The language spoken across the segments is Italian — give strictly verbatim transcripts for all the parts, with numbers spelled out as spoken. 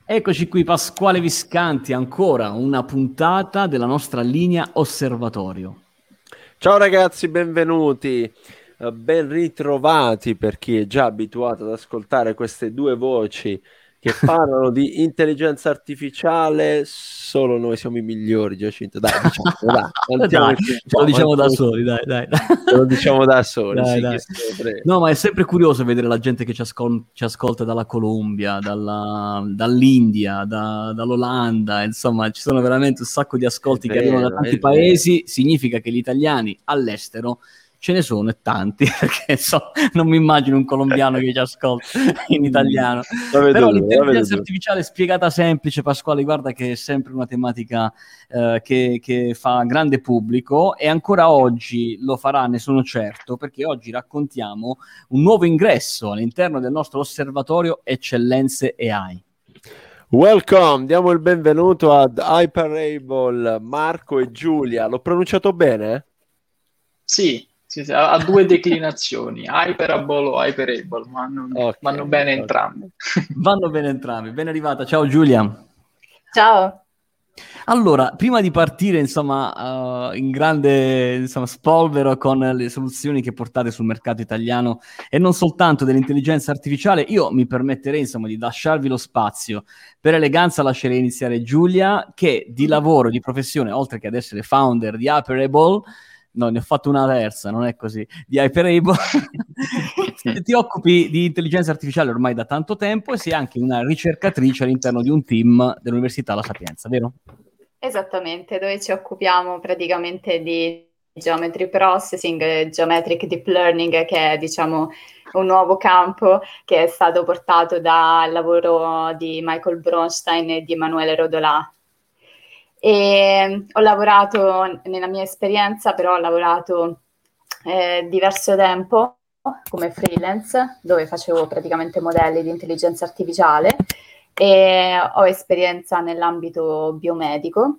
Eccoci qui, Pasquale Viscanti, ancora una puntata della nostra linea osservatorio. Ciao ragazzi, benvenuti, uh, ben ritrovati per chi è già abituato ad ascoltare queste due voci che parlano di intelligenza artificiale. Solo noi siamo i migliori, Giacinto. Dai, diciamo, dai, Dai, vantiamoci un ce lo po', diciamo da vantiamoci soli, un dai, po'. dai, dai. Ce lo diciamo da soli, Dai, sì, dai. chi se ne frega. No, ma è sempre curioso vedere la gente che ci, ascol- ci ascolta dalla Colombia, dalla- dall'India, da- dall'Olanda, insomma, ci sono veramente un sacco di È ascolti che arrivano da vero, tanti è vero. paesi, significa che gli italiani all'estero ce ne sono e tanti, perché so, non mi immagino un colombiano che ci ascolta in italiano. La vedo Però dura, la vedo l'intelligenza dura. artificiale spiegata semplice, Pasquale, guarda che è sempre una tematica eh, che, che fa grande pubblico e ancora oggi lo farà, ne sono certo, perché oggi raccontiamo un nuovo ingresso all'interno del nostro osservatorio Eccellenze A I. Welcome, diamo il benvenuto ad Hyperable, Marco e Giulia. L'ho pronunciato bene? Sì, sì, sì, ha, ha due declinazioni, Hyperable o Hyperable, ma vanno, Ok, vanno bene ok. entrambe. Vanno bene entrambi. Ben arrivata. Ciao Giulia. Ciao. Allora, prima di partire, insomma, uh, in grande, insomma, spolvero con le soluzioni che portate sul mercato italiano e non soltanto dell'intelligenza artificiale, io mi permetterei, insomma, di lasciarvi lo spazio. Per eleganza lascerei iniziare Giulia, che di lavoro, di professione, oltre che ad essere founder di Hyperable, no, ne ho fatto una terza, non è così, di Hyperable, ti occupi di intelligenza artificiale ormai da tanto tempo e sei anche una ricercatrice all'interno di un team dell'Università La Sapienza, vero? Esattamente, dove ci occupiamo praticamente di geometry processing, e geometric deep learning, che è, diciamo, un nuovo campo che è stato portato dal lavoro di Michael Bronstein e di Emanuele Rodolà. E ho lavorato, nella mia esperienza, però ho lavorato eh, diverso tempo come freelance, dove facevo praticamente modelli di intelligenza artificiale, e ho esperienza nell'ambito biomedico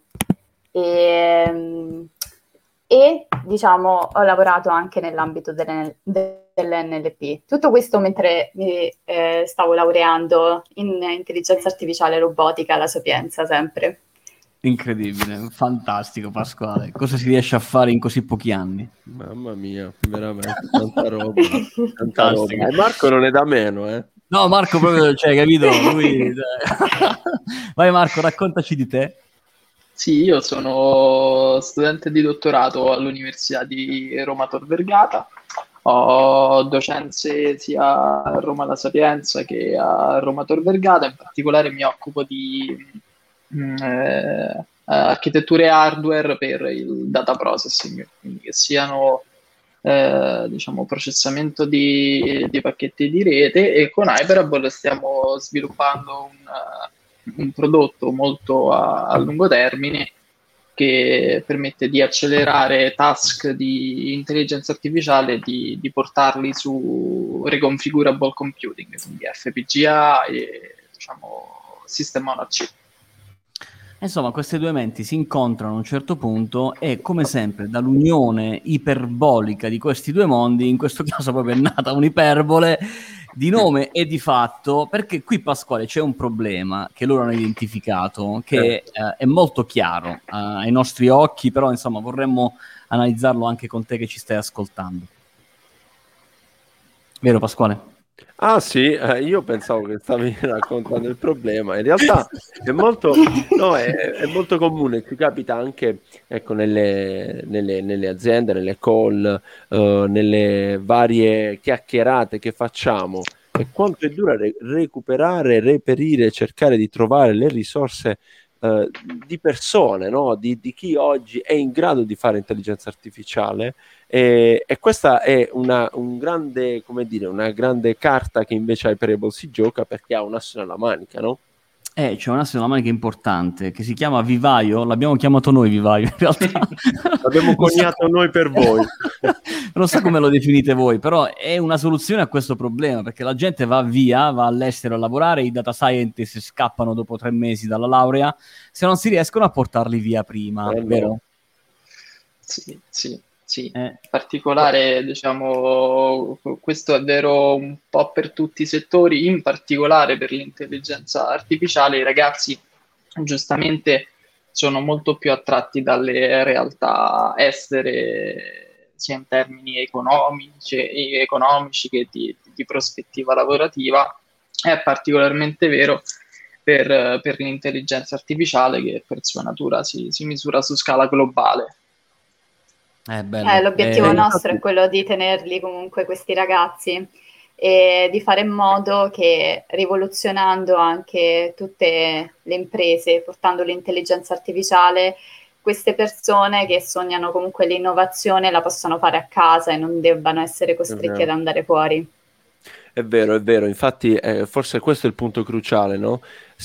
e, e diciamo ho lavorato anche nell'ambito dell'N- dell'N L P. Tutto questo mentre mi eh, stavo laureando in intelligenza artificiale e robotica alla Sapienza, sempre. Incredibile, fantastico Pasquale. Cosa si riesce a fare in così pochi anni? Mamma mia, veramente tanta roba, tanta Fantastico. roba. E Marco non è da meno, eh? No, Marco proprio, cioè, capito? Lui... Vai Marco, raccontaci di te. Sì, io sono studente di dottorato all'Università di Roma Tor Vergata, ho docenze sia a Roma La Sapienza che a Roma Tor Vergata, in particolare mi occupo di mh, eh, architetture hardware per il data processing, quindi che siano eh, diciamo processamento di, di pacchetti di rete, e con Hyperable stiamo sviluppando un, un prodotto molto a, a lungo termine che permette di accelerare task di intelligenza artificiale e di, di portarli su reconfigurable computing, quindi F P G A e diciamo System on a Chip. Insomma, queste due menti si incontrano a un certo punto e, come sempre, dall'unione iperbolica di questi due mondi, in questo caso proprio è nata un'iperbole di nome e di fatto, perché qui, Pasquale, c'è un problema che loro hanno identificato, che eh, è molto chiaro eh, ai nostri occhi, però insomma vorremmo analizzarlo anche con te che ci stai ascoltando. Vero, Pasquale? Ah sì, eh, io pensavo che stavi raccontando il problema. In realtà è molto, no, è, è molto comune, ci capita anche, ecco, nelle, nelle, nelle aziende, nelle call, eh, nelle varie chiacchierate che facciamo. E quanto è dura re- recuperare, reperire, cercare di trovare le risorse eh, di persone, no? Di, di chi oggi è in grado di fare intelligenza artificiale. E, e questa è una, un grande, come dire, una grande carta che invece Hyperable si gioca, perché ha un asso nella manica, no? Eh, c'è un asso nella manica importante che si chiama vivaio, l'abbiamo chiamato noi vivaio, in realtà. L'abbiamo Non so coniato come- noi per voi. Non so come lo definite voi, però è una soluzione a questo problema, perché la gente va via, va all'estero a lavorare, i data scientist scappano dopo tre mesi dalla laurea, se non si riescono a portarli via prima, Eh no. vero? Sì, sì. Sì, Eh. in particolare, diciamo, questo è vero un po' per tutti i settori, in particolare per l'intelligenza artificiale. I ragazzi giustamente sono molto più attratti dalle realtà estere, sia in termini economici, economici che di, di prospettiva lavorativa. È particolarmente vero per, per l'intelligenza artificiale, che per sua natura si, si misura su scala globale. È bello. Eh, l'obiettivo Eh, nostro è quello di tenerli comunque questi ragazzi e di fare in modo che, rivoluzionando anche tutte le imprese, portando l'intelligenza artificiale, queste persone che sognano comunque l'innovazione la possano fare a casa e non debbano essere costretti ad andare fuori. È vero, è vero, infatti eh, forse questo è il punto cruciale, no?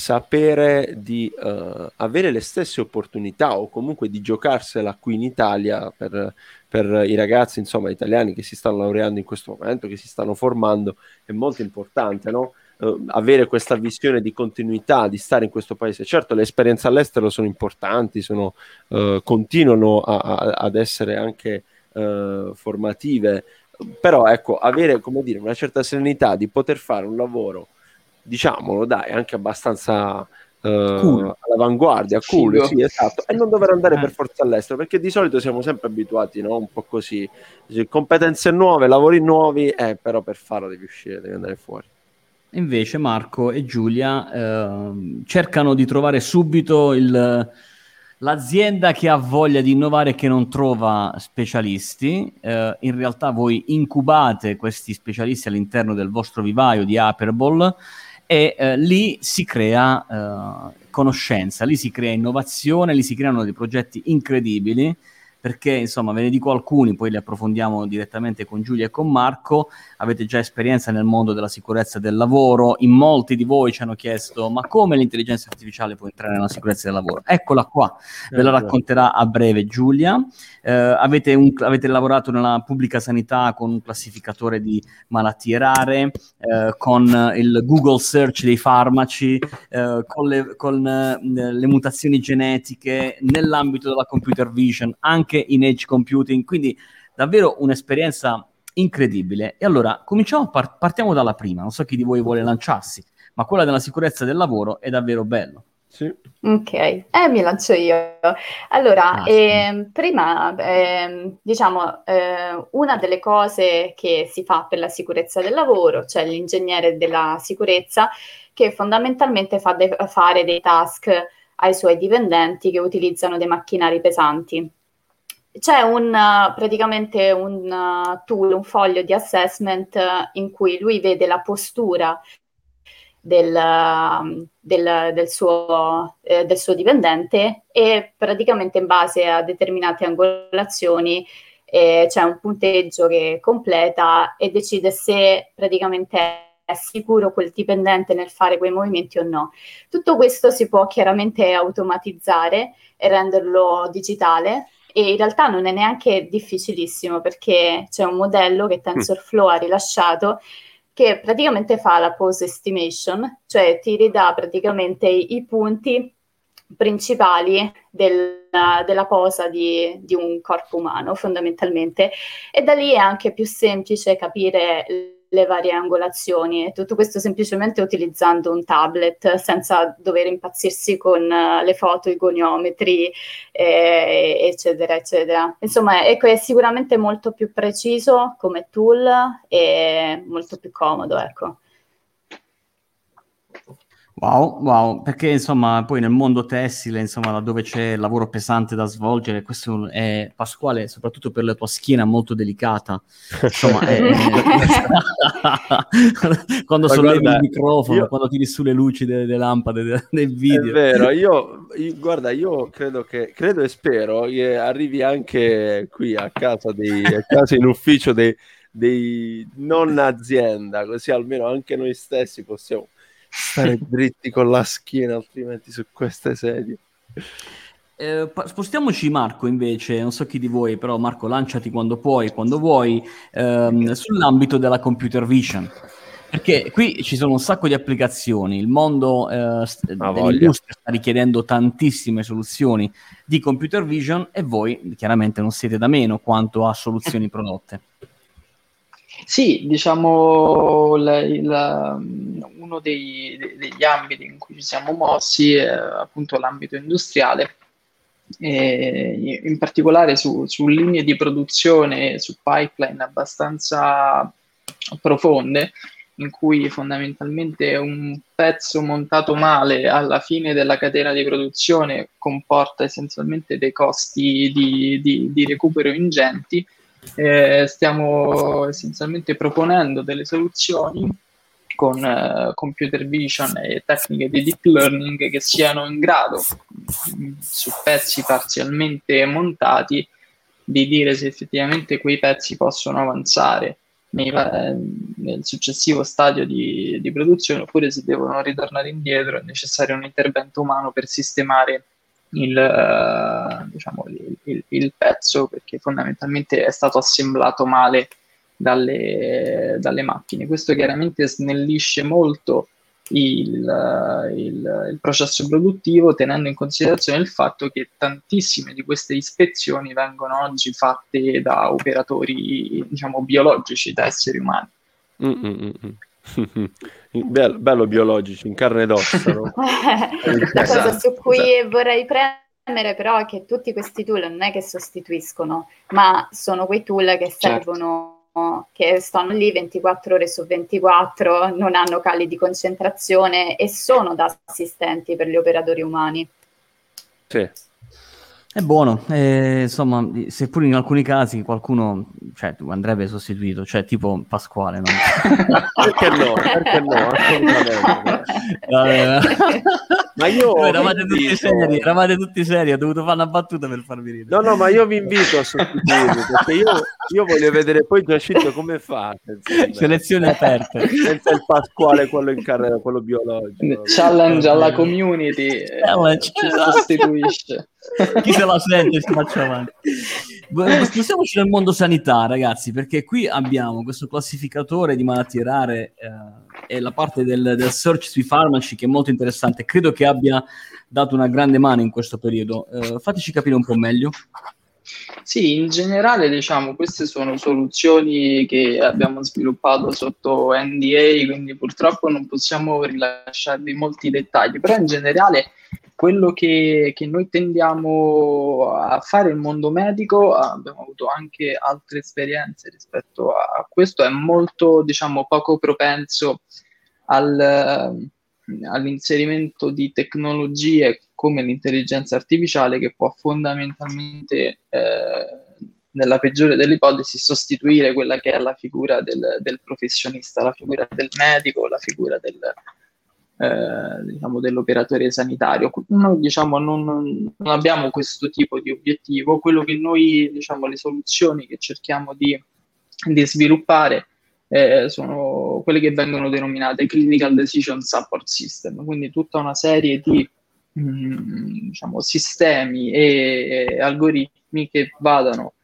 Sapere di uh, avere le stesse opportunità o comunque di giocarsela qui in Italia per, per i ragazzi, insomma, italiani che si stanno laureando in questo momento, che si stanno formando, è molto importante, no? Uh, avere questa visione di continuità, di stare in questo paese. Certo, le esperienze all'estero sono importanti, sono, uh, continuano a, a, ad essere anche uh, formative, però ecco, avere, come dire, una certa serenità di poter fare un lavoro, diciamolo, dai, anche abbastanza uh, cool. all'avanguardia, cool, Figo. sì, esatto, e non dover andare Eh. per forza all'estero, perché di solito siamo sempre abituati, no? Un po' così, competenze nuove, lavori nuovi, eh, però per farlo devi uscire, devi andare fuori. Invece Marco e Giulia eh, cercano di trovare subito il, l'azienda che ha voglia di innovare e che non trova specialisti. Eh, in realtà voi incubate questi specialisti all'interno del vostro vivaio di Hyperbole e eh, lì si crea eh, conoscenza, lì si crea innovazione, lì si creano dei progetti incredibili, perché insomma ve ne dico alcuni, poi li approfondiamo direttamente con Giulia e con Marco. Avete già esperienza nel mondo della sicurezza del lavoro, in molti di voi ci hanno chiesto ma come l'intelligenza artificiale può entrare nella sicurezza del lavoro? Eccola qua, ve la racconterà a breve Giulia. Eh, avete, un, avete lavorato nella pubblica sanità con un classificatore di malattie rare, eh, con il Google Search dei farmaci, eh, con, le, con eh, le mutazioni genetiche, nell'ambito della computer vision, anche in edge computing, quindi davvero un'esperienza incredibile. E allora cominciamo, par- partiamo dalla prima, non so chi di voi vuole lanciarsi, ma quella della sicurezza del lavoro è davvero bello. Sì. Ok, eh, mi lancio io. Allora, Ah, sì. ehm, prima, ehm, diciamo, eh, una delle cose che si fa per la sicurezza del lavoro, cioè l'ingegnere della sicurezza, che fondamentalmente fa de- fare dei task ai suoi dipendenti che utilizzano dei macchinari pesanti. C'è un, uh, praticamente un uh, tool, un foglio di assessment uh, in cui lui vede la postura del, uh, del, del, suo, eh, del suo dipendente e praticamente in base a determinate angolazioni eh, c'è un punteggio che completa e decide se praticamente è sicuro quel dipendente nel fare quei movimenti o no. Tutto questo si può chiaramente automatizzare e renderlo digitale. E in realtà non è neanche difficilissimo, perché c'è un modello che TensorFlow ha rilasciato che praticamente fa la pose estimation, cioè ti ridà praticamente i, i punti principali del, della posa di, di un corpo umano fondamentalmente, e da lì è anche più semplice capire le varie angolazioni, e tutto questo semplicemente utilizzando un tablet senza dover impazzirsi con uh, le foto, i goniometri eh, eccetera eccetera. Insomma ecco, è sicuramente molto più preciso come tool e molto più comodo, ecco. Wow, wow, perché insomma poi nel mondo tessile, insomma, laddove c'è lavoro pesante da svolgere, questo è, Pasquale, soprattutto per la tua schiena molto delicata, insomma, è, è... quando Ma sollevi guarda, il microfono, io... quando tiri su le luci delle, delle lampade de, del video. È vero, io, io guarda, io credo che, credo e spero che arrivi anche qui a casa, dei, a casa in ufficio dei, dei non azienda, così almeno anche noi stessi possiamo stare dritti con la schiena, altrimenti su queste sedie. Eh, spostiamoci Marco invece, non so chi di voi, però Marco lanciati quando puoi, quando vuoi, ehm, sull'ambito della computer vision, Perché qui ci sono un sacco di applicazioni, il mondo eh, st- Ah, dell'industria sta richiedendo tantissime soluzioni di computer vision e voi chiaramente non siete da meno quanto a soluzioni prodotte. Sì, diciamo il- il- uno dei- de- degli ambiti in cui ci siamo mossi è appunto l'ambito industriale, e in particolare su, su linee di produzione, su pipeline abbastanza profonde, in cui fondamentalmente un pezzo montato male alla fine della catena di produzione comporta essenzialmente dei costi di, di, di recupero ingenti. Eh, stiamo essenzialmente proponendo delle soluzioni con eh, computer vision e tecniche di deep learning che siano in grado, mh, su pezzi parzialmente montati, di dire se effettivamente quei pezzi possono avanzare nei, eh, nel successivo stadio di, di produzione, oppure se devono ritornare indietro è necessario un intervento umano per sistemare il, eh, diciamo, il, il, il pezzo, perché fondamentalmente è stato assemblato male dalle, dalle macchine. Questo chiaramente snellisce molto il, il, il processo produttivo, tenendo in considerazione il fatto che tantissime di queste ispezioni vengono oggi fatte da operatori, diciamo, biologici, da esseri umani. Mm-mm-mm. Bello, bello biologici, in carne ed ossa, no? La cosa su cui vorrei premere però è che tutti questi tool non è che sostituiscono, ma sono quei tool che servono, certo, che stanno lì ventiquattro ore su ventiquattro, non hanno cali di concentrazione e sono da assistenti per gli operatori umani. Sì. È buono, eh, insomma, seppur in alcuni casi qualcuno, cioè, andrebbe sostituito, cioè tipo Pasquale, no? Perché no? Perché no? Assolutamente. Vabbè. Ma io eravate tutti invito... seri, eravate tutti seri, ho dovuto fare una battuta per farvi ridere. No, no, ma io vi invito a sostituirmi, perché io, io voglio vedere poi Giacinto come fate. Selezioni aperte. Senza il Pasquale, quello in carriera, quello biologico. Challenge alla community, Challenge. eh, ci sostituisce. Chi se la sente si faccia avanti. Spostiamoci nel mondo sanità, ragazzi, perché qui abbiamo questo classificatore di malattie rare eh, e la parte del, del search sui farmaci che è molto interessante. Credo che abbia dato una grande mano in questo periodo. Eh, fateci capire un po' meglio. Sì, in generale, diciamo, queste sono soluzioni che abbiamo sviluppato sotto N D A, quindi purtroppo non possiamo rilasciarvi molti dettagli, però in generale quello che, che noi tendiamo a fare nel mondo medico, abbiamo avuto anche altre esperienze rispetto a questo, è molto, diciamo, poco propenso al, all'inserimento di tecnologie come l'intelligenza artificiale, che può fondamentalmente, eh, nella peggiore delle ipotesi, sostituire quella che è la figura del, del professionista, la figura del medico, la figura del, eh, diciamo, dell'operatore sanitario. Noi, diciamo, non, non abbiamo questo tipo di obiettivo. Quello che noi, diciamo, le soluzioni che cerchiamo di, di sviluppare eh, sono quelle che vengono denominate Clinical Decision Support System, quindi tutta una serie di mh, diciamo, sistemi e, e algoritmi che vadano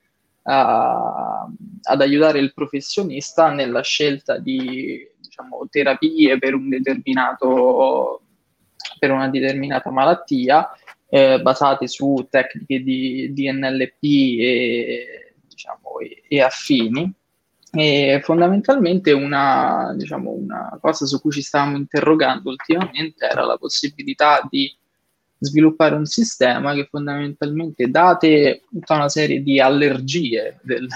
a, ad aiutare il professionista nella scelta di, diciamo, terapie per un determinato per una determinata malattia, eh, basate su tecniche di, di N L P e, diciamo, e, e affini. E fondamentalmente una, diciamo, una cosa su cui ci stavamo interrogando ultimamente era la possibilità di sviluppare un sistema che fondamentalmente, date tutta una serie di allergie del,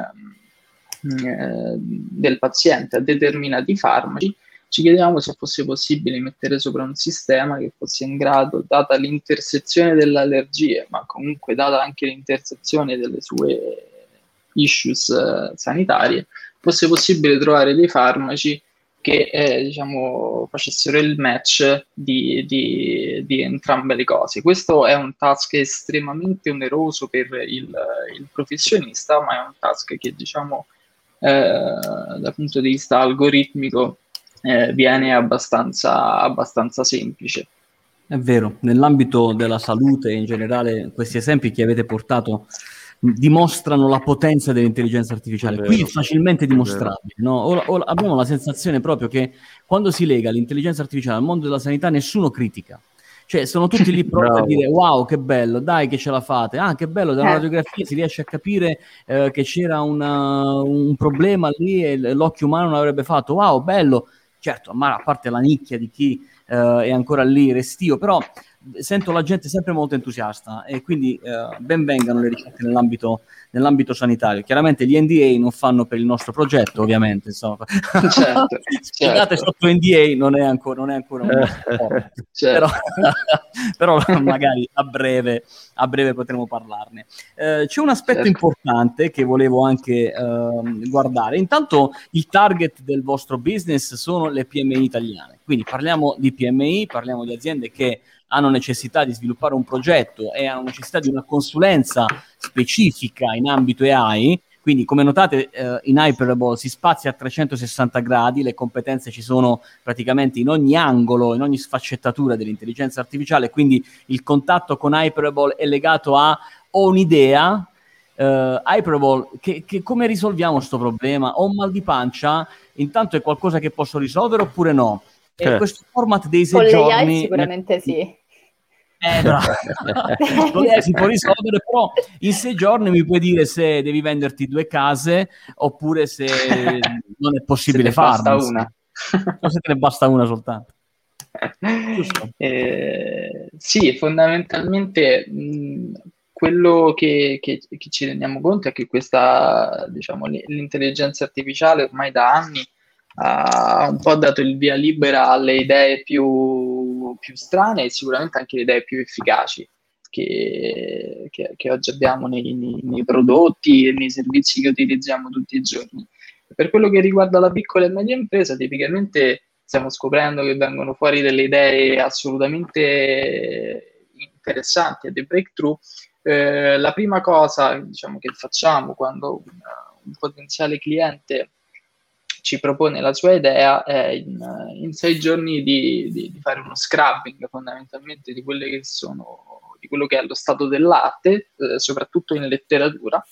eh, del paziente a determinati farmaci, ci chiedevamo se fosse possibile mettere sopra un sistema che fosse in grado, data l'intersezione delle allergie, ma comunque data anche l'intersezione delle sue issues eh, sanitarie, fosse possibile trovare dei farmaci che eh, diciamo, facessero il match di, di, di entrambe le cose. Questo è un task estremamente oneroso per il, il professionista, ma è un task che, diciamo, eh, dal punto di vista algoritmico eh, viene abbastanza, abbastanza semplice. È vero, nell'ambito della salute in generale, questi esempi che avete portato dimostrano la potenza dell'intelligenza artificiale. Qui è facilmente dimostrabile, no? Ora, ora abbiamo la sensazione proprio che quando si lega l'intelligenza artificiale al mondo della sanità nessuno critica. Cioè sono tutti lì pronti a dire wow che bello, dai che ce la fate, ah che bello, da una radiografia si riesce a capire eh, che c'era una, un problema lì e l'occhio umano non l'avrebbe fatto, wow bello, certo, ma a parte la nicchia di chi eh, è ancora lì restio, però sento la gente sempre molto entusiasta e quindi eh, ben vengano le ricerche nell'ambito, nell'ambito sanitario. Chiaramente gli N D A non fanno per il nostro progetto, ovviamente, insomma. Certo, certo. Sotto N D A non è ancora, non è ancora un certo. però, però magari a breve, a breve potremo parlarne. Eh, c'è un aspetto certo. importante che volevo anche eh, guardare. Intanto il target del vostro business sono le P M I italiane, quindi parliamo di P M I, parliamo di aziende che hanno necessità di sviluppare un progetto e hanno necessità di una consulenza specifica in ambito A I, quindi come notate eh, in Hyperable si spazia a trecentosessanta gradi, le competenze ci sono praticamente in ogni angolo, in ogni sfaccettatura dell'intelligenza artificiale, quindi il contatto con Hyperable è legato a ho un'idea, uh, Hyperable, che, che come risolviamo questo problema? Ho un mal di pancia, intanto è qualcosa che posso risolvere oppure no? E eh. questo format dei sei con giorni... l'A I sicuramente sì. Eh, bravo. Si può risolvere, però in sei giorni mi puoi dire se devi venderti due case oppure se non è possibile farlo. Se ne basta una. O se te ne basta una soltanto. Eh, sì, fondamentalmente mh, quello che, che, che ci rendiamo conto è che questa, diciamo, l'intelligenza artificiale ormai da anni ha un po' dato il via libera alle idee più, più strane e sicuramente anche le idee più efficaci che, che, che oggi abbiamo nei, nei, nei prodotti e nei servizi che utilizziamo tutti i giorni. Per quello che riguarda la piccola e media impresa, tipicamente stiamo scoprendo che vengono fuori delle idee assolutamente interessanti e dei breakthrough. Eh, la prima cosa, diciamo, che facciamo quando un, un potenziale cliente ci propone la sua idea è in, in sei giorni di, di, di fare uno scrubbing fondamentalmente di quelle che sono di quello che è lo stato dell'arte, eh, soprattutto in letteratura,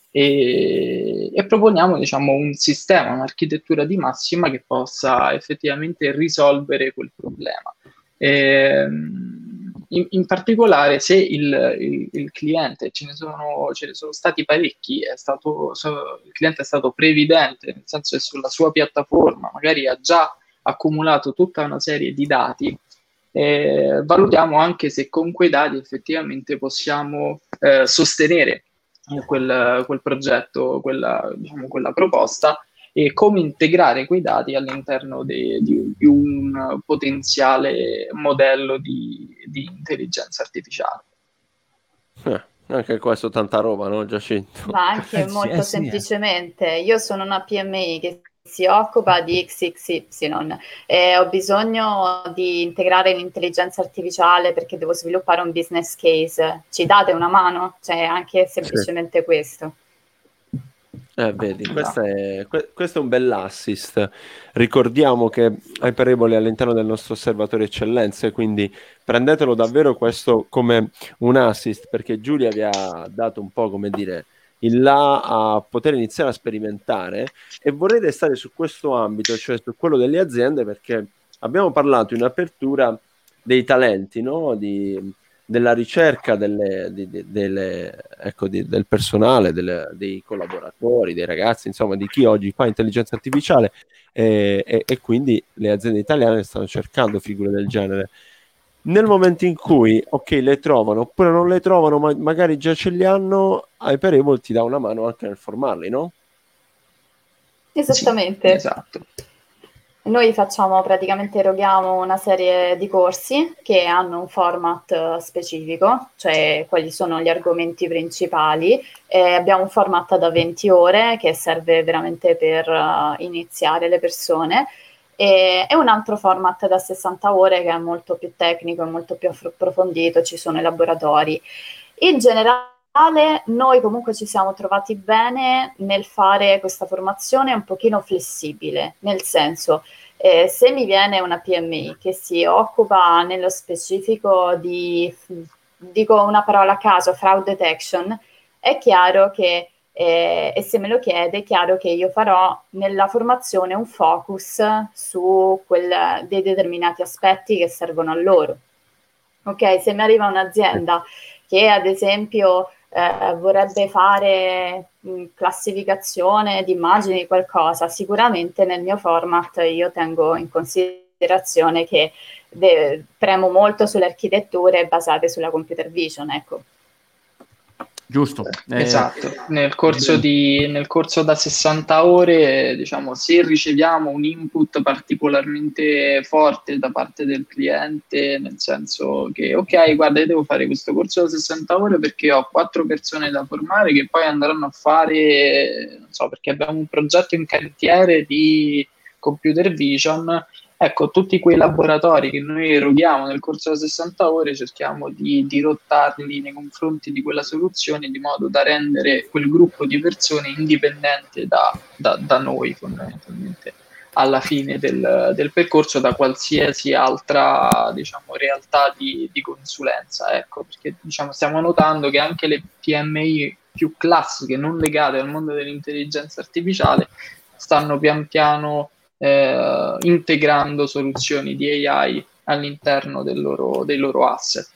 e, e proponiamo, diciamo, un sistema, un'architettura di massima che possa effettivamente risolvere quel problema. E, in, in particolare, se il, il, il cliente, ce ne sono, ce ne sono stati parecchi, è stato, so, il cliente è stato previdente, nel senso che sulla sua piattaforma magari ha già accumulato tutta una serie di dati, eh, valutiamo anche se con quei dati effettivamente possiamo eh, sostenere quel, quel progetto, quella, diciamo, quella proposta, e come integrare quei dati all'interno de, di, di un potenziale modello di, di intelligenza artificiale. Eh, anche questo tanta roba, no Giacinto? Ma anche Eh, molto sì, eh, sì, semplicemente, io sono una P M I che si occupa di X X Y e ho bisogno di integrare l'intelligenza artificiale perché devo sviluppare un business case. Ci date una mano? Cioè anche semplicemente sì. questo. Eh, vedi, questo è, questo è un bell'assist. Ricordiamo che Hyperable è all'interno del nostro osservatorio eccellenze, quindi prendetelo davvero questo come un assist, perché Giulia vi ha dato un po', come dire, il là a poter iniziare a sperimentare, e vorrei restare su questo ambito, cioè su quello delle aziende, perché abbiamo parlato in apertura dei talenti, no? Di... della ricerca delle, di, di, delle, ecco, di, del personale, delle, dei collaboratori, dei ragazzi, insomma, di chi oggi fa intelligenza artificiale, e, e, e quindi le aziende italiane stanno cercando figure del genere. Nel momento in cui, ok, le trovano, oppure non le trovano, ma magari già ce li hanno, Hyperable ti dà una mano anche nel formarli, no? Esattamente. Sì, esatto. Noi facciamo praticamente, eroghiamo una serie di corsi che hanno un format specifico, cioè quali sono gli argomenti principali. Eh, abbiamo un format da venti ore che serve veramente per uh, iniziare le persone, e, e un altro format da sessanta ore che è molto più tecnico e molto più approfondito, ci sono i laboratori. In generale noi comunque ci siamo trovati bene nel fare questa formazione un pochino flessibile, nel senso, eh, se mi viene una P M I che si occupa nello specifico di, dico una parola a caso, fraud detection, è chiaro che, eh, e se me lo chiede, è chiaro che io farò nella formazione un focus su quel, dei determinati aspetti che servono a loro. Ok, se mi arriva un'azienda che ad esempio eh, vorrebbe fare mh, classificazione di immagini, qualcosa, sicuramente nel mio format io tengo in considerazione che de- premo molto sulle architetture basate sulla computer vision, ecco. Giusto. Eh, esatto, nel corso, di, nel corso da sessanta ore, diciamo, se riceviamo un input particolarmente forte da parte del cliente, nel senso che ok, guarda, io devo fare questo corso da sessanta ore perché ho quattro persone da formare che poi andranno a fare, non so, perché abbiamo un progetto in cantiere di computer vision. Ecco, tutti quei laboratori che noi eroghiamo nel corso da sessanta ore cerchiamo di dirottarli nei confronti di quella soluzione di modo da rendere quel gruppo di persone indipendente da, da, da noi, fondamentalmente, alla fine del, del percorso, da qualsiasi altra, diciamo, realtà di, di consulenza. Ecco, perché diciamo, stiamo notando che anche le P M I più classiche, non legate al mondo dell'intelligenza artificiale, stanno pian piano Eh, integrando soluzioni di A I all'interno del loro, dei loro asset.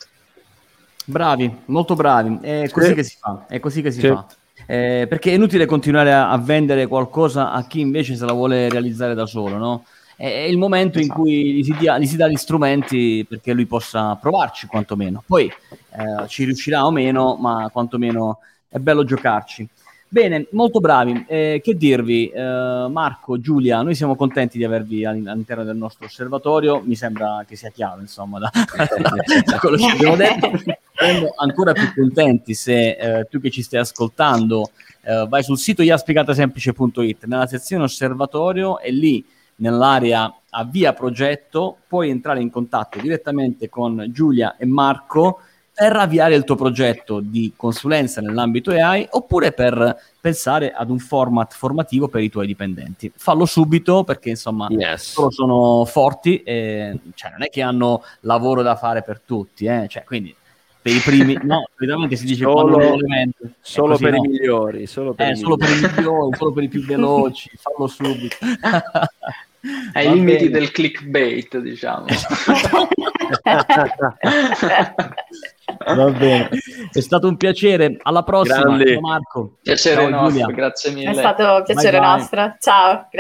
Bravi, molto bravi, è così sì. che si fa, è così che si sì. fa. Eh, perché è inutile continuare a, a vendere qualcosa a chi invece se la vuole realizzare da solo, no? È, è il momento esatto. in cui gli si, dia, gli si dà gli strumenti perché lui possa provarci quantomeno. Poi eh, ci riuscirà o meno, ma quantomeno è bello giocarci. Bene, molto bravi. Eh, che dirvi, eh, Marco, Giulia, noi siamo contenti di avervi all'interno del nostro osservatorio, mi sembra che sia chiaro, insomma, da, da, da quello che abbiamo detto. Saremmo ancora più contenti se eh, tu che ci stai ascoltando eh, vai sul sito iaspiegatassemplice punto it, nella sezione osservatorio, e lì nell'area avvia progetto puoi entrare in contatto direttamente con Giulia e Marco per avviare il tuo progetto di consulenza nell'ambito A I oppure per pensare ad un format formativo per i tuoi dipendenti. Fallo subito perché insomma yes. loro sono forti e cioè, non è che hanno lavoro da fare per tutti, eh? Cioè, quindi per i primi, no, solitamente si dice solo, quando l'evento, solo così, per no? i migliori, solo per, eh, i, solo migliori. per i migliori, solo per i più veloci, fallo subito. Ai limiti del clickbait, diciamo. Va bene, è stato un piacere, alla prossima. Ciao Marco. Piacere Ciao, nostro, Giulia. grazie mille. È stato un piacere bye bye. nostro, ciao, grazie.